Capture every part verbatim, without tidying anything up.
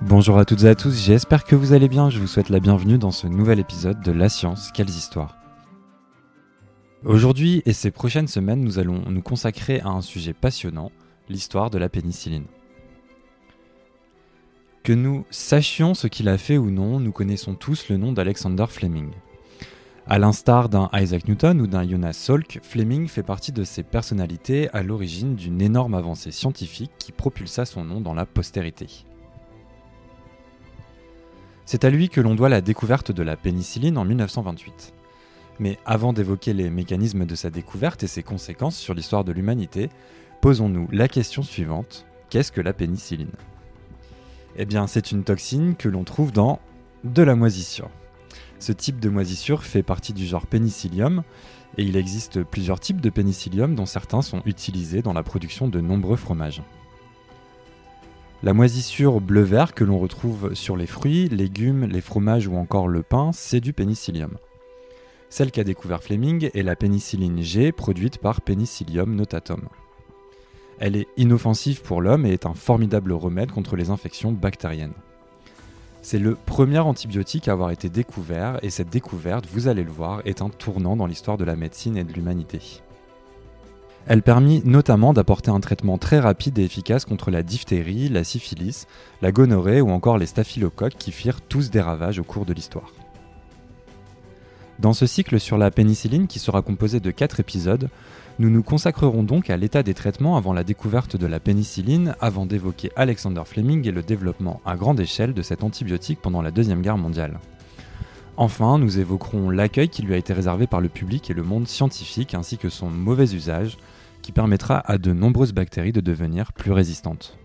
Bonjour à toutes et à tous, j'espère que vous allez bien, je vous souhaite la bienvenue dans ce nouvel épisode de La Science, quelles histoires. Aujourd'hui et ces prochaines semaines, nous allons nous consacrer à un sujet passionnant, l'histoire de la pénicilline. Que nous sachions ce qu'il a fait ou non, nous connaissons tous le nom d'Alexander Fleming. À l'instar d'un Isaac Newton ou d'un Jonas Salk, Fleming fait partie de ces personnalités à l'origine d'une énorme avancée scientifique qui propulsa son nom dans la postérité. C'est à lui que l'on doit la découverte de la pénicilline en dix-neuf cent vingt-huit. Mais avant d'évoquer les mécanismes de sa découverte et ses conséquences sur l'histoire de l'humanité, posons-nous la question suivante, qu'est-ce que la pénicilline ? Eh bien, c'est une toxine que l'on trouve dans de la moisissure. Ce type de moisissure fait partie du genre Penicillium, et il existe plusieurs types de pénicillium dont certains sont utilisés dans la production de nombreux fromages. La moisissure bleu-vert que l'on retrouve sur les fruits, légumes, les fromages ou encore le pain, c'est du pénicillium. Celle qu'a découvert Fleming est la pénicilline G, produite par Penicillium notatum. Elle est inoffensive pour l'homme et est un formidable remède contre les infections bactériennes. C'est le premier antibiotique à avoir été découvert et cette découverte, vous allez le voir, est un tournant dans l'histoire de la médecine et de l'humanité. Elle permit notamment d'apporter un traitement très rapide et efficace contre la diphtérie, la syphilis, la gonorrhée ou encore les staphylocoques qui firent tous des ravages au cours de l'histoire. Dans ce cycle sur la pénicilline qui sera composé de quatre épisodes, nous nous consacrerons donc à l'état des traitements avant la découverte de la pénicilline, avant d'évoquer Alexander Fleming et le développement à grande échelle de cet antibiotique pendant la Deuxième Guerre mondiale. Enfin, nous évoquerons l'accueil qui lui a été réservé par le public et le monde scientifique ainsi que son mauvais usage, qui permettra à de nombreuses bactéries de devenir plus résistantes.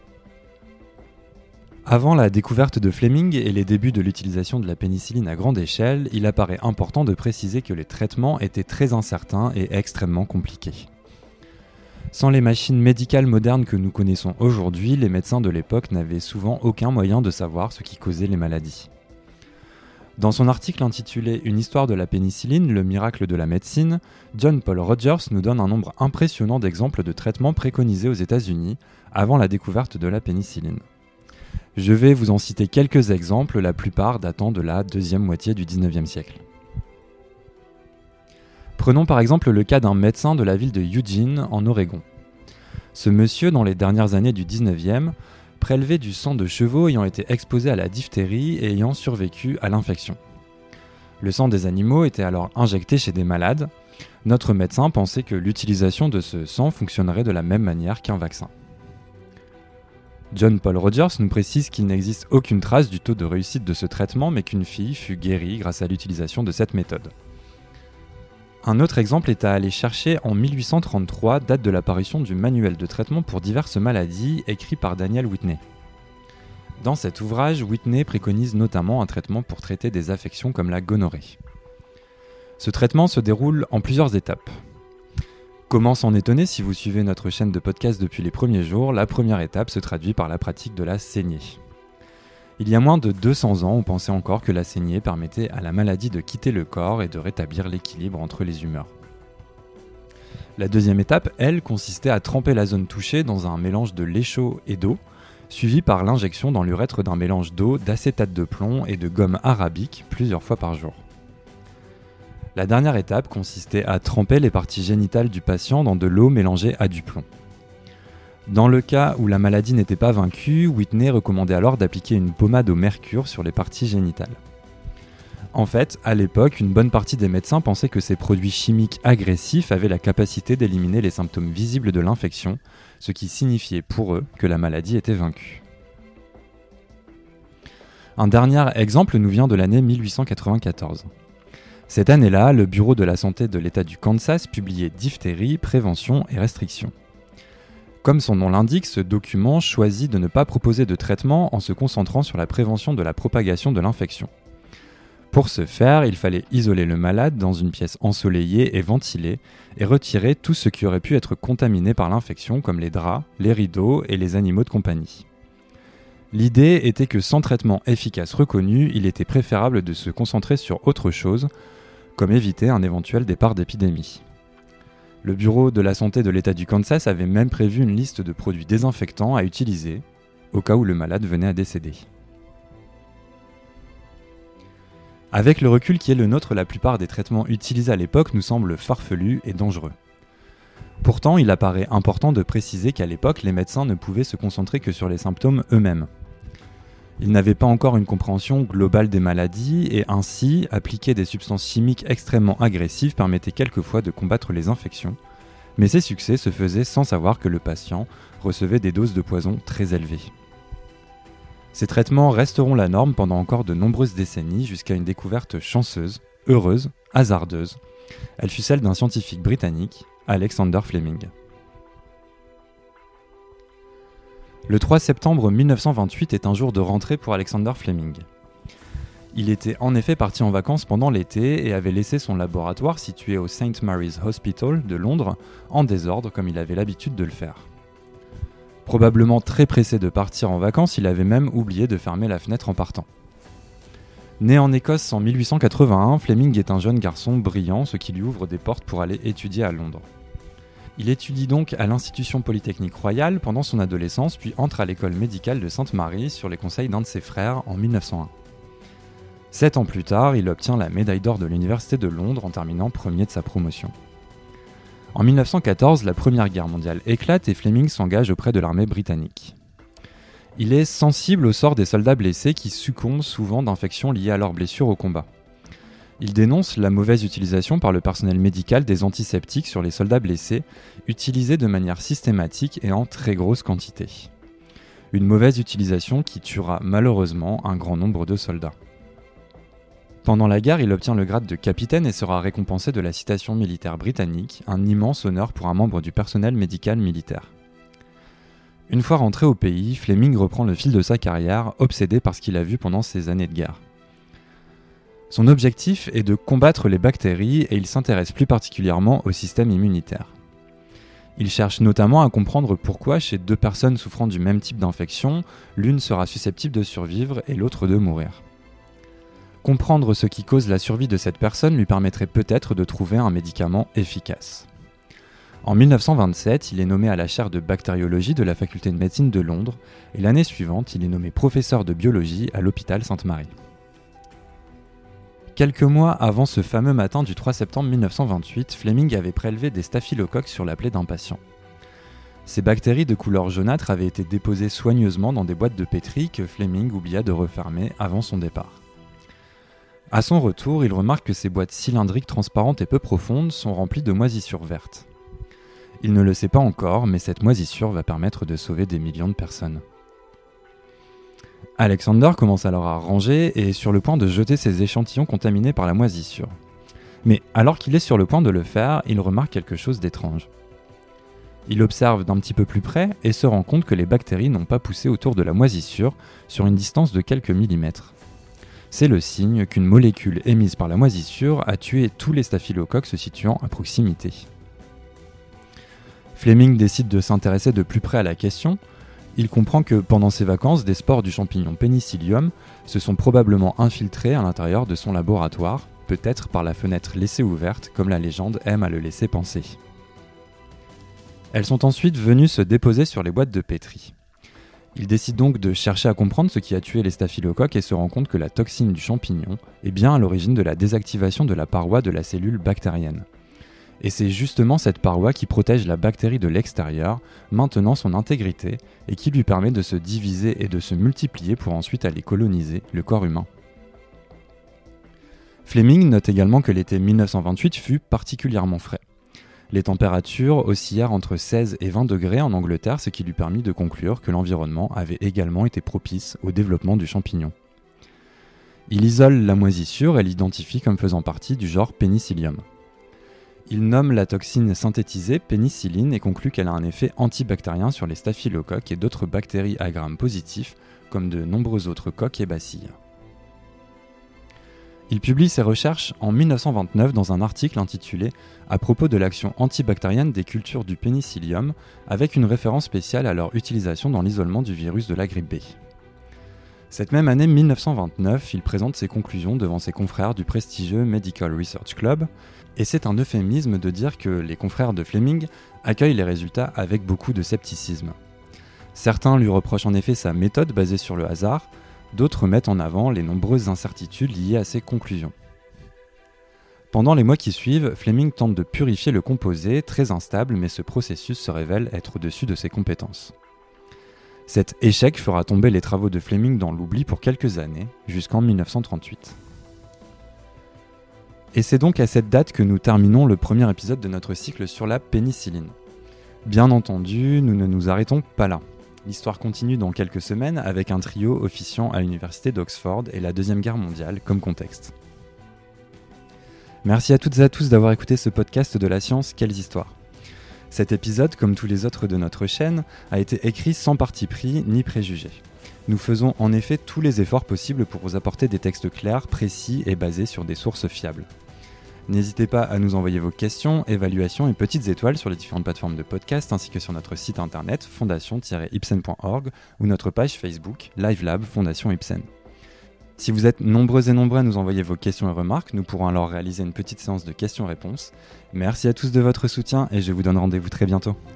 Avant la découverte de Fleming et les débuts de l'utilisation de la pénicilline à grande échelle, il apparaît important de préciser que les traitements étaient très incertains et extrêmement compliqués. Sans les machines médicales modernes que nous connaissons aujourd'hui, les médecins de l'époque n'avaient souvent aucun moyen de savoir ce qui causait les maladies. Dans son article intitulé « Une histoire de la pénicilline, le miracle de la médecine », John Paul Rogers nous donne un nombre impressionnant d'exemples de traitements préconisés aux États-Unis avant la découverte de la pénicilline. Je vais vous en citer quelques exemples, la plupart datant de la deuxième moitié du dix-neuvième siècle. Prenons par exemple le cas d'un médecin de la ville de Eugene, en Oregon. Ce monsieur, dans les dernières années du dix-neuvième, prélevait du sang de chevaux ayant été exposés à la diphtérie et ayant survécu à l'infection. Le sang des animaux était alors injecté chez des malades. Notre médecin pensait que l'utilisation de ce sang fonctionnerait de la même manière qu'un vaccin. John Paul Rogers nous précise qu'il n'existe aucune trace du taux de réussite de ce traitement, mais qu'une fille fut guérie grâce à l'utilisation de cette méthode. Un autre exemple est à aller chercher en mille huit cent trente-trois, date de l'apparition du manuel de traitement pour diverses maladies, écrit par Daniel Whitney. Dans cet ouvrage, Whitney préconise notamment un traitement pour traiter des affections comme la gonorrhée. Ce traitement se déroule en plusieurs étapes. Comment s'en étonner si vous suivez notre chaîne de podcast depuis les premiers jours, la première étape se traduit par la pratique de la saignée. Il y a moins de deux cents ans, on pensait encore que la saignée permettait à la maladie de quitter le corps et de rétablir l'équilibre entre les humeurs. La deuxième étape, elle, consistait à tremper la zone touchée dans un mélange de lait chaud et d'eau, suivi par l'injection dans l'urètre d'un mélange d'eau, d'acétate de plomb et de gomme arabique plusieurs fois par jour. La dernière étape consistait à tremper les parties génitales du patient dans de l'eau mélangée à du plomb. Dans le cas où la maladie n'était pas vaincue, Whitney recommandait alors d'appliquer une pommade au mercure sur les parties génitales. En fait, à l'époque, une bonne partie des médecins pensaient que ces produits chimiques agressifs avaient la capacité d'éliminer les symptômes visibles de l'infection, ce qui signifiait pour eux que la maladie était vaincue. Un dernier exemple nous vient de l'année mille huit cent quatre-vingt-quatorze. Cette année-là, le Bureau de la santé de l'État du Kansas publiait Diphtérie, prévention et restriction. Comme son nom l'indique, ce document choisit de ne pas proposer de traitement en se concentrant sur la prévention de la propagation de l'infection. Pour ce faire, il fallait isoler le malade dans une pièce ensoleillée et ventilée et retirer tout ce qui aurait pu être contaminé par l'infection comme les draps, les rideaux et les animaux de compagnie. L'idée était que sans traitement efficace reconnu, il était préférable de se concentrer sur autre chose, comme éviter un éventuel départ d'épidémie. Le Bureau de la santé de l'État du Kansas avait même prévu une liste de produits désinfectants à utiliser au cas où le malade venait à décéder. Avec le recul qui est le nôtre, la plupart des traitements utilisés à l'époque nous semblent farfelus et dangereux. Pourtant, il apparaît important de préciser qu'à l'époque, les médecins ne pouvaient se concentrer que sur les symptômes eux-mêmes. Ils n'avaient pas encore une compréhension globale des maladies et ainsi, appliquer des substances chimiques extrêmement agressives permettait quelquefois de combattre les infections, mais ces succès se faisaient sans savoir que le patient recevait des doses de poison très élevées. Ces traitements resteront la norme pendant encore de nombreuses décennies jusqu'à une découverte chanceuse, heureuse, hasardeuse. Elle fut celle d'un scientifique britannique, Alexander Fleming. Le trois septembre mille neuf cent vingt-huit est un jour de rentrée pour Alexander Fleming. Il était en effet parti en vacances pendant l'été et avait laissé son laboratoire situé au Saint Mary's Hospital de Londres en désordre comme il avait l'habitude de le faire. Probablement très pressé de partir en vacances, il avait même oublié de fermer la fenêtre en partant. Né en Écosse en mille huit cent quatre-vingt-un, Fleming est un jeune garçon brillant, ce qui lui ouvre des portes pour aller étudier à Londres. Il étudie donc à l'Institution Polytechnique Royale pendant son adolescence, puis entre à l'école médicale de Sainte-Marie sur les conseils d'un de ses frères en mille neuf cent un. Sept ans plus tard, il obtient la médaille d'or de l'Université de Londres en terminant premier de sa promotion. En mille neuf cent quatorze, la Première Guerre mondiale éclate et Fleming s'engage auprès de l'armée britannique. Il est sensible au sort des soldats blessés qui succombent souvent d'infections liées à leurs blessures au combat. Il dénonce la mauvaise utilisation par le personnel médical des antiseptiques sur les soldats blessés, utilisés de manière systématique et en très grosse quantité. Une mauvaise utilisation qui tuera malheureusement un grand nombre de soldats. Pendant la guerre, il obtient le grade de capitaine et sera récompensé de la citation militaire britannique, un immense honneur pour un membre du personnel médical militaire. Une fois rentré au pays, Fleming reprend le fil de sa carrière, obsédé par ce qu'il a vu pendant ces années de guerre. Son objectif est de combattre les bactéries et il s'intéresse plus particulièrement au système immunitaire. Il cherche notamment à comprendre pourquoi chez deux personnes souffrant du même type d'infection, l'une sera susceptible de survivre et l'autre de mourir. Comprendre ce qui cause la survie de cette personne lui permettrait peut-être de trouver un médicament efficace. En mille neuf cent vingt-sept, il est nommé à la chaire de bactériologie de la faculté de médecine de Londres et l'année suivante, il est nommé professeur de biologie à l'hôpital Sainte-Marie. Quelques mois avant ce fameux matin du trois septembre mille neuf cent vingt-huit, Fleming avait prélevé des staphylocoques sur la plaie d'un patient. Ces bactéries de couleur jaunâtre avaient été déposées soigneusement dans des boîtes de pétri que Fleming oublia de refermer avant son départ. À son retour, il remarque que ces boîtes cylindriques transparentes et peu profondes sont remplies de moisissures vertes. Il ne le sait pas encore, mais cette moisissure va permettre de sauver des millions de personnes. Alexander commence alors à ranger et est sur le point de jeter ses échantillons contaminés par la moisissure. Mais alors qu'il est sur le point de le faire, il remarque quelque chose d'étrange. Il observe d'un petit peu plus près et se rend compte que les bactéries n'ont pas poussé autour de la moisissure sur une distance de quelques millimètres. C'est le signe qu'une molécule émise par la moisissure a tué tous les staphylocoques se situant à proximité. Fleming décide de s'intéresser de plus près à la question. Il comprend que pendant ses vacances, des spores du champignon Penicillium se sont probablement infiltrés à l'intérieur de son laboratoire, peut-être par la fenêtre laissée ouverte, comme la légende aime à le laisser penser. Elles sont ensuite venues se déposer sur les boîtes de pétri. Il décide donc de chercher à comprendre ce qui a tué les staphylocoques et se rend compte que la toxine du champignon est bien à l'origine de la désactivation de la paroi de la cellule bactérienne. Et c'est justement cette paroi qui protège la bactérie de l'extérieur, maintenant son intégrité, et qui lui permet de se diviser et de se multiplier pour ensuite aller coloniser le corps humain. Fleming note également que l'été mille neuf cent vingt-huit fut particulièrement frais. Les températures oscillèrent entre seize et vingt degrés en Angleterre, ce qui lui permit de conclure que l'environnement avait également été propice au développement du champignon. Il isole la moisissure et l'identifie comme faisant partie du genre Penicillium. Il nomme la toxine synthétisée pénicilline et conclut qu'elle a un effet antibactérien sur les staphylocoques et d'autres bactéries à Gram positifs, comme de nombreux autres coques et bacilles. Il publie ses recherches en mille neuf cent vingt-neuf dans un article intitulé « À propos de l'action antibactérienne des cultures du pénicillium » avec une référence spéciale à leur utilisation dans l'isolement du virus de la grippe B. Cette même année mille neuf cent vingt-neuf, il présente ses conclusions devant ses confrères du prestigieux Medical Research Club, et c'est un euphémisme de dire que les confrères de Fleming accueillent les résultats avec beaucoup de scepticisme. Certains lui reprochent en effet sa méthode basée sur le hasard, D'autres mettent en avant les nombreuses incertitudes liées à ces conclusions. Pendant les mois qui suivent, Fleming tente de purifier le composé, très instable, mais ce processus se révèle être au-dessus de ses compétences. Cet échec fera tomber les travaux de Fleming dans l'oubli pour quelques années, jusqu'en dix-neuf cent trente-huit. Et c'est donc à cette date que nous terminons le premier épisode de notre cycle sur la pénicilline. Bien entendu, nous ne nous arrêtons pas là. L'histoire continue dans quelques semaines avec un trio officiant à l'université d'Oxford et la Deuxième Guerre mondiale comme contexte. Merci à toutes et à tous d'avoir écouté ce podcast de la science Quelles histoires. Cet épisode, comme tous les autres de notre chaîne, a été écrit sans parti pris ni préjugé. Nous faisons en effet tous les efforts possibles pour vous apporter des textes clairs, précis et basés sur des sources fiables. N'hésitez pas à nous envoyer vos questions, évaluations et petites étoiles sur les différentes plateformes de podcast ainsi que sur notre site internet fondation tiret ipsen point org ou notre page Facebook LiveLab Fondation Ipsen. Si vous êtes nombreux et nombreux à nous envoyer vos questions et remarques, nous pourrons alors réaliser une petite séance de questions-réponses. Merci à tous de votre soutien et je vous donne rendez-vous très bientôt.